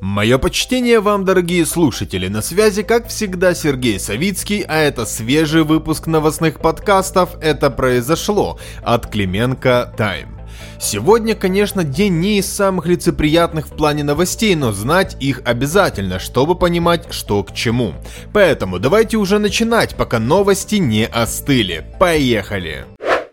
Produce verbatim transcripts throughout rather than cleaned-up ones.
Мое почтение вам, дорогие слушатели, на связи, как всегда, Сергей Савицкий, а это свежий выпуск новостных подкастов «Это произошло» от Клименко Тайм. Сегодня, конечно, день не из самых лицеприятных в плане новостей, но знать их обязательно, чтобы понимать, что к чему. Поэтому давайте уже начинать, пока новости не остыли. Поехали!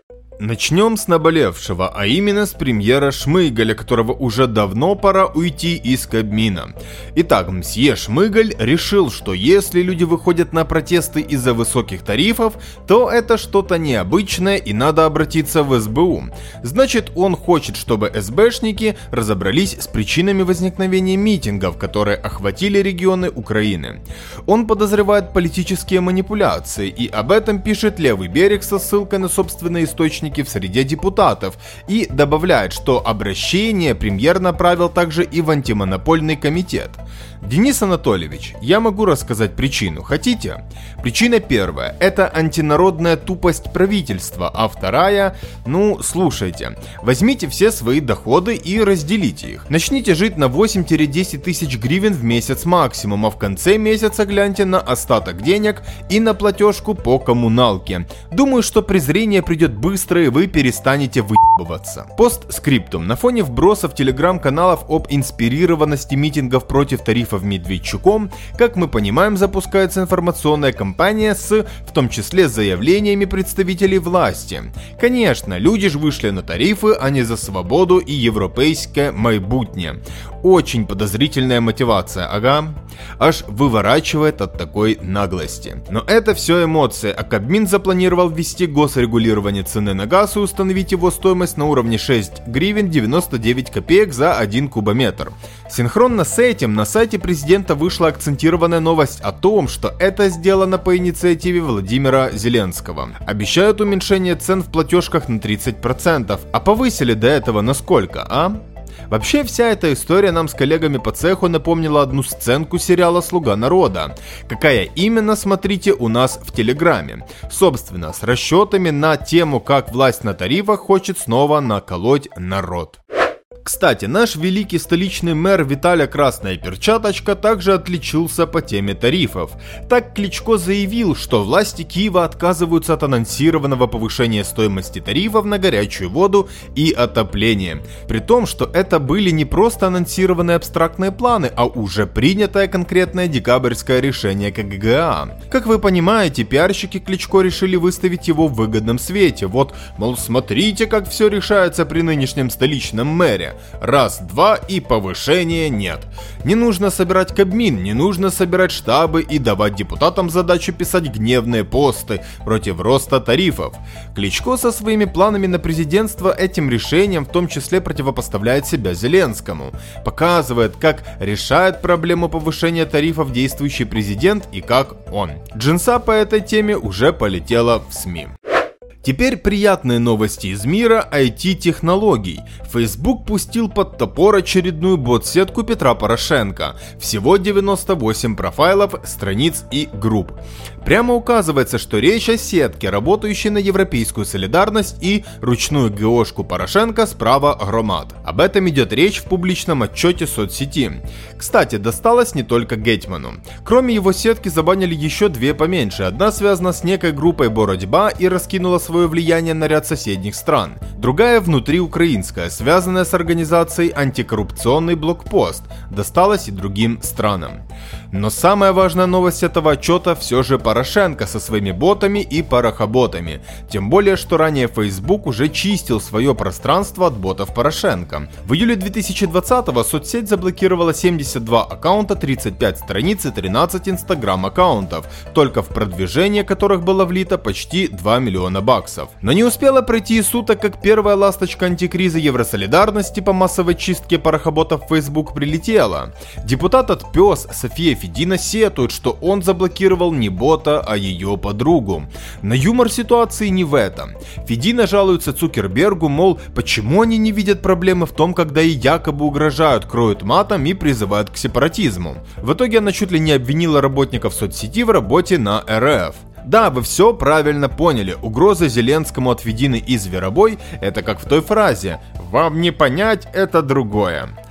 Начнем с наболевшего, а именно с премьера Шмыгаля, которого уже давно пора уйти из Кабмина. Итак, мсье Шмыгаль решил, что если люди выходят на протесты из-за высоких тарифов, то это что-то необычное и надо обратиться в эс бэ у. Значит, он хочет, чтобы эс бэшники разобрались с причинами возникновения митингов, которые охватили регионы Украины. Он подозревает политические манипуляции, и об этом пишет Левый берег со ссылкой на собственные источники в среде депутатов и добавляет, что обращение премьер направил также и в антимонопольный комитет. Денис Анатольевич, я могу рассказать причину, хотите? Причина первая – это антинародная тупость правительства, а вторая – ну, слушайте, возьмите все свои доходы и разделите их. Начните жить на восемь-десять тысяч гривен в месяц максимум, а в конце месяца гляньте на остаток денег и на платежку по коммуналке. Думаю, что презрение придет быстро и вы перестанете выебываться. Постскриптум. На фоне вбросов телеграм-каналов об инспирированности митингов против тарифов Медведчуком, как мы понимаем, запускается информационная кампания с, в том числе, заявлениями представителей власти. Конечно, люди же вышли на тарифы, а не за свободу и европейское майбутнє. Очень подозрительная мотивация, ага. Аж выворачивает от такой наглости. Но это все эмоции, а Кабмин запланировал ввести госрегулирование цены на газ и установить его стоимость на уровне шесть гривен девяносто девять копеек за один кубометр. Синхронно с этим на сайте президента вышла акцентированная новость о том, что это сделано по инициативе Владимира Зеленского. Обещают уменьшение цен в платежках на тридцать процентов, а повысили до этого на сколько, а? Вообще, вся эта история нам с коллегами по цеху напомнила одну сценку сериала «Слуга народа». Какая именно, смотрите у нас в Телеграме. Собственно, с расчетами на тему, как власть на тарифах хочет снова наколоть народ. Кстати, наш великий столичный мэр Виталя Красная Перчаточка также отличился по теме тарифов. Так Кличко заявил, что власти Киева отказываются от анонсированного повышения стоимости тарифов на горячую воду и отопление. При том, что это были не просто анонсированные абстрактные планы, а уже принятое конкретное декабрьское решение ка гэ гэ а. Как вы понимаете, пиарщики Кличко решили выставить его в выгодном свете. Вот, мол, смотрите, как все решается при нынешнем столичном мэре. Раз, два и повышения нет. Не нужно собирать Кабмин, не нужно собирать штабы и давать депутатам задачу писать гневные посты против роста тарифов. Кличко со своими планами на президентство этим решением в том числе противопоставляет себя Зеленскому. Показывает, как решает проблему повышения тарифов действующий президент и как он. Джинса по этой теме уже полетела в СМИ. Теперь приятные новости из мира ай ти-технологий. Facebook пустил под топор очередную бот-сетку Петра Порошенко. Всего девяносто восемь профайлов, страниц и групп. Прямо указывается, что речь о сетке, работающей на европейскую солидарность и ручную гэ о-шку Порошенко справа громад. Об этом идет речь в публичном отчете соцсети. Кстати, досталось не только Гетьману. Кроме его сетки забанили еще две поменьше. Одна связана с некой группой Боротьба и раскинула свое влияние на ряд соседних стран. Другая внутриукраинская, связанная с организацией антикоррупционный блокпост. Досталась и другим странам. Но самая важная новость этого отчета все же Порошенко со своими ботами и порохоботами. Тем более, что ранее Facebook уже чистил свое пространство от ботов Порошенко. В июле две тысячи двадцатого соцсеть заблокировала семьдесят два аккаунта, тридцать пять страниц и тринадцать инстаграм аккаунтов, только в продвижение которых было влито почти два миллиона баксов. Но не успела пройти и суток, как первая ласточка антикриза Евросолидарности по массовой чистке порохоботов Facebook прилетела. Депутат от ПЕС София Федина сетует, что он заблокировал не бота, а ее подругу. Но юмор ситуации не в этом. Федина жалуется Цукербергу, мол, почему они не видят проблемы в том, когда ей якобы угрожают, кроют матом и призывают к сепаратизму. В итоге она чуть ли не обвинила работников соцсети в работе на эр эф. Да, вы все правильно поняли, угроза Зеленскому от Федины и Зверобой – это как в той фразе «Вам не понять, это другое».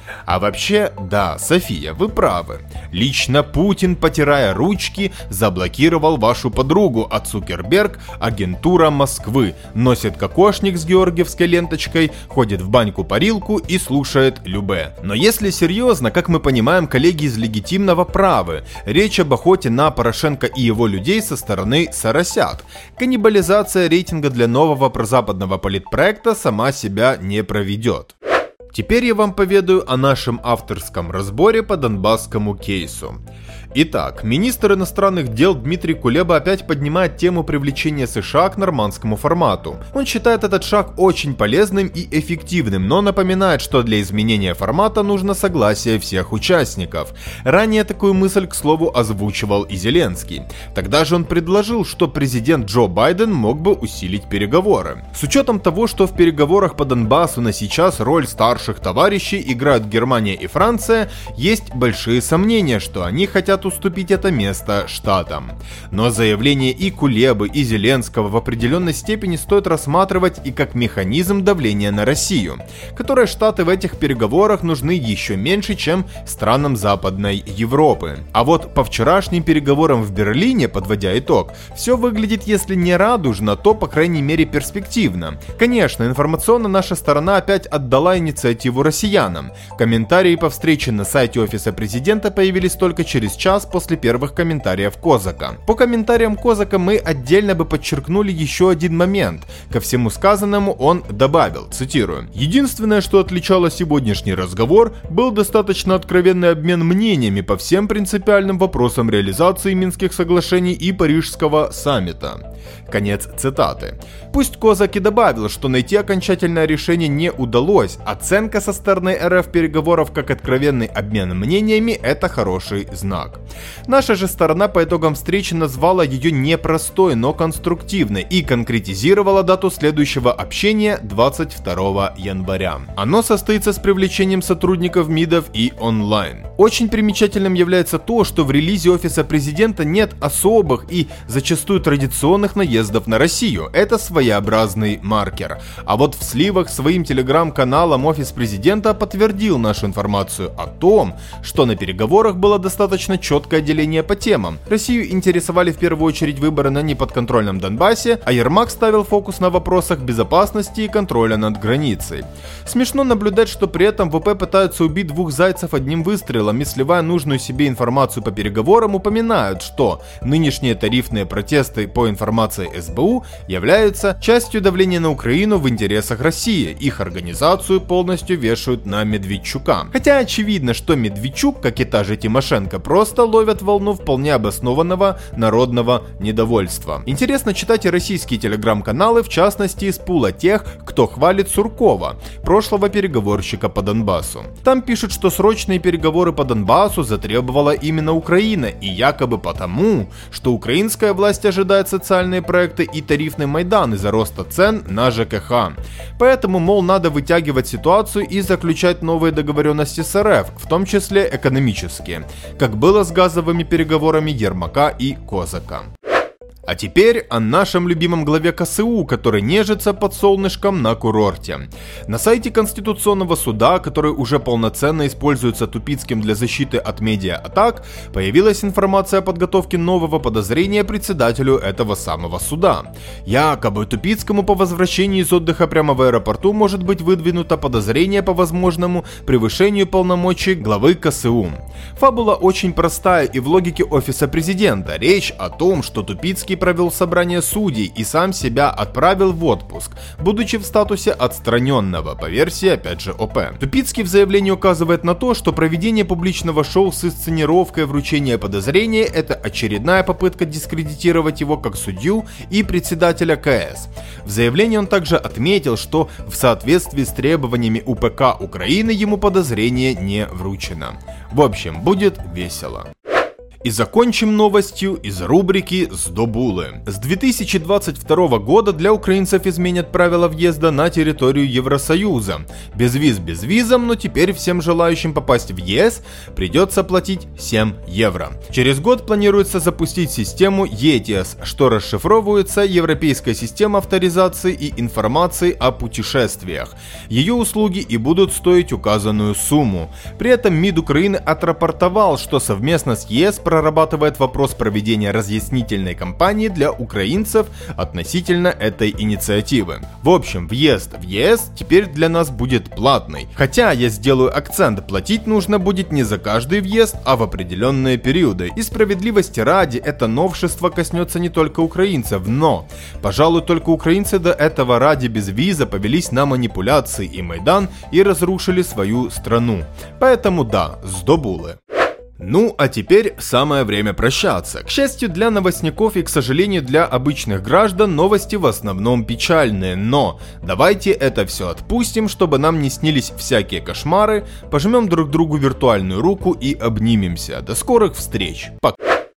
А вообще, да, София, вы правы. Лично Путин, потирая ручки, заблокировал вашу подругу, а Цукерберг – агентура Москвы, носит кокошник с георгиевской ленточкой, ходит в баньку-парилку и слушает Любе. Но если серьезно, как мы понимаем, коллеги из легитимного правы, речь об охоте на Порошенко и его людей со стороны соросят. Каннибализация рейтинга для нового прозападного политпроекта сама себя не проведет. Теперь я вам поведаю о нашем авторском разборе по донбасскому кейсу. Итак, министр иностранных дел Дмитрий Кулеба опять поднимает тему привлечения США к нормандскому формату. Он считает этот шаг очень полезным и эффективным, но напоминает, что для изменения формата нужно согласие всех участников. Ранее такую мысль, к слову, озвучивал и Зеленский. Тогда же он предложил, что президент Джо Байден мог бы усилить переговоры. С учетом того, что в переговорах по Донбассу на сейчас роль старших товарищей играют Германия и Франция, есть большие сомнения, что они хотят уступить это место штатам. Но заявление и Кулебы, и Зеленского в определенной степени стоит рассматривать и как механизм давления на Россию, которой штаты в этих переговорах нужны еще меньше, чем странам Западной Европы. А вот по вчерашним переговорам в Берлине, подводя итог, все выглядит, если не радужно, то по крайней мере перспективно. Конечно, информационно наша сторона опять отдала инициативу россиянам. Комментарии по встрече на сайте офиса президента появились только через час после первых комментариев Козака. По комментариям Козака мы отдельно бы подчеркнули еще один момент. Ко всему сказанному он добавил, цитирую: «Единственное, что отличало сегодняшний разговор, был достаточно откровенный обмен мнениями по всем принципиальным вопросам реализации Минских соглашений и Парижского саммита». Конец цитаты. Пусть Козак и добавил, что найти окончательное решение не удалось, оценка со стороны РФ переговоров как откровенный обмен мнениями – это хороший знак. Наша же сторона по итогам встречи назвала ее непростой, но конструктивной и конкретизировала дату следующего общения двадцать второго января. Оно состоится с привлечением сотрудников МИДов и онлайн. Очень примечательным является то, что в релизе офиса президента нет особых и зачастую традиционных наездов на Россию. Это своеобразный маркер. А вот в сливах своим телеграм-каналом офис президента подтвердил нашу информацию о том, что на переговорах было достаточно четкое деление по темам. Россию интересовали в первую очередь выборы на неподконтрольном Донбассе, а Ермак ставил фокус на вопросах безопасности и контроля над границей. Смешно наблюдать, что при этом ВП пытаются убить двух зайцев одним выстрелом и, сливая нужную себе информацию по переговорам, упоминают, что нынешние тарифные протесты по информации эс бэ у являются частью давления на Украину в интересах России. Их организацию полностью вешают на Медведчука. Хотя очевидно, что Медведчук, как и та же Тимошенко, просто ловят волну вполне обоснованного народного недовольства. Интересно читать и российские телеграм-каналы, в частности из пула тех, кто хвалит Суркова, прошлого переговорщика по Донбассу. Там пишут, что срочные переговоры по Донбассу затребовала именно Украина, и якобы потому, что украинская власть ожидает социальные проекты и тарифный Майдан из-за роста цен на жэ ка ха. Поэтому, мол, надо вытягивать ситуацию и заключать новые договоренности с эр эф, в том числе экономические, как было с газовыми переговорами Ермака и Козака. А теперь о нашем любимом главе ка эс у, который нежится под солнышком на курорте. На сайте Конституционного суда, который уже полноценно используется Тупицким для защиты от медиа-атак, появилась информация о подготовке нового подозрения председателю этого самого суда. Якобы Тупицкому по возвращении из отдыха прямо в аэропорту может быть выдвинуто подозрение по возможному превышению полномочий главы ка эс у. Фабула очень простая и в логике офиса президента. Речь о том, что Тупицкий провел собрание судей и сам себя отправил в отпуск, будучи в статусе отстраненного, по версии, опять же, о пэ. Тупицкий в заявлении указывает на то, что проведение публичного шоу с инсценировкой вручения подозрения – это очередная попытка дискредитировать его как судью и председателя ка эс. В заявлении он также отметил, что в соответствии с требованиями у пэ ка Украины ему подозрение не вручено. В общем, будет весело. И закончим новостью из рубрики «Сдобулы». С две тысячи двадцать второго года для украинцев изменят правила въезда на территорию Евросоюза. Без виз без визом, но теперь всем желающим попасть в ЕС придется платить семь евро. Через год планируется запустить систему и ти эс, что расшифровывается Европейская система авторизации и информации о путешествиях. Ее услуги и будут стоить указанную сумму. При этом МИД Украины отрапортовал, что совместно с ЕС прорабатывает вопрос проведения разъяснительной кампании для украинцев относительно этой инициативы. В общем, въезд в ЕС теперь для нас будет платный. Хотя я сделаю акцент, платить нужно будет не за каждый въезд, а в определенные периоды. И справедливости ради, это новшество коснется не только украинцев, но, пожалуй, только украинцы до этого ради без виза повелись на манипуляции и Майдан и разрушили свою страну. Поэтому да, сдобулы. Ну, а теперь самое время прощаться. К счастью для новостников и, к сожалению, для обычных граждан, новости в основном печальные. Но давайте это все отпустим, чтобы нам не снились всякие кошмары, пожмем друг другу виртуальную руку и обнимемся. До скорых встреч. Пока.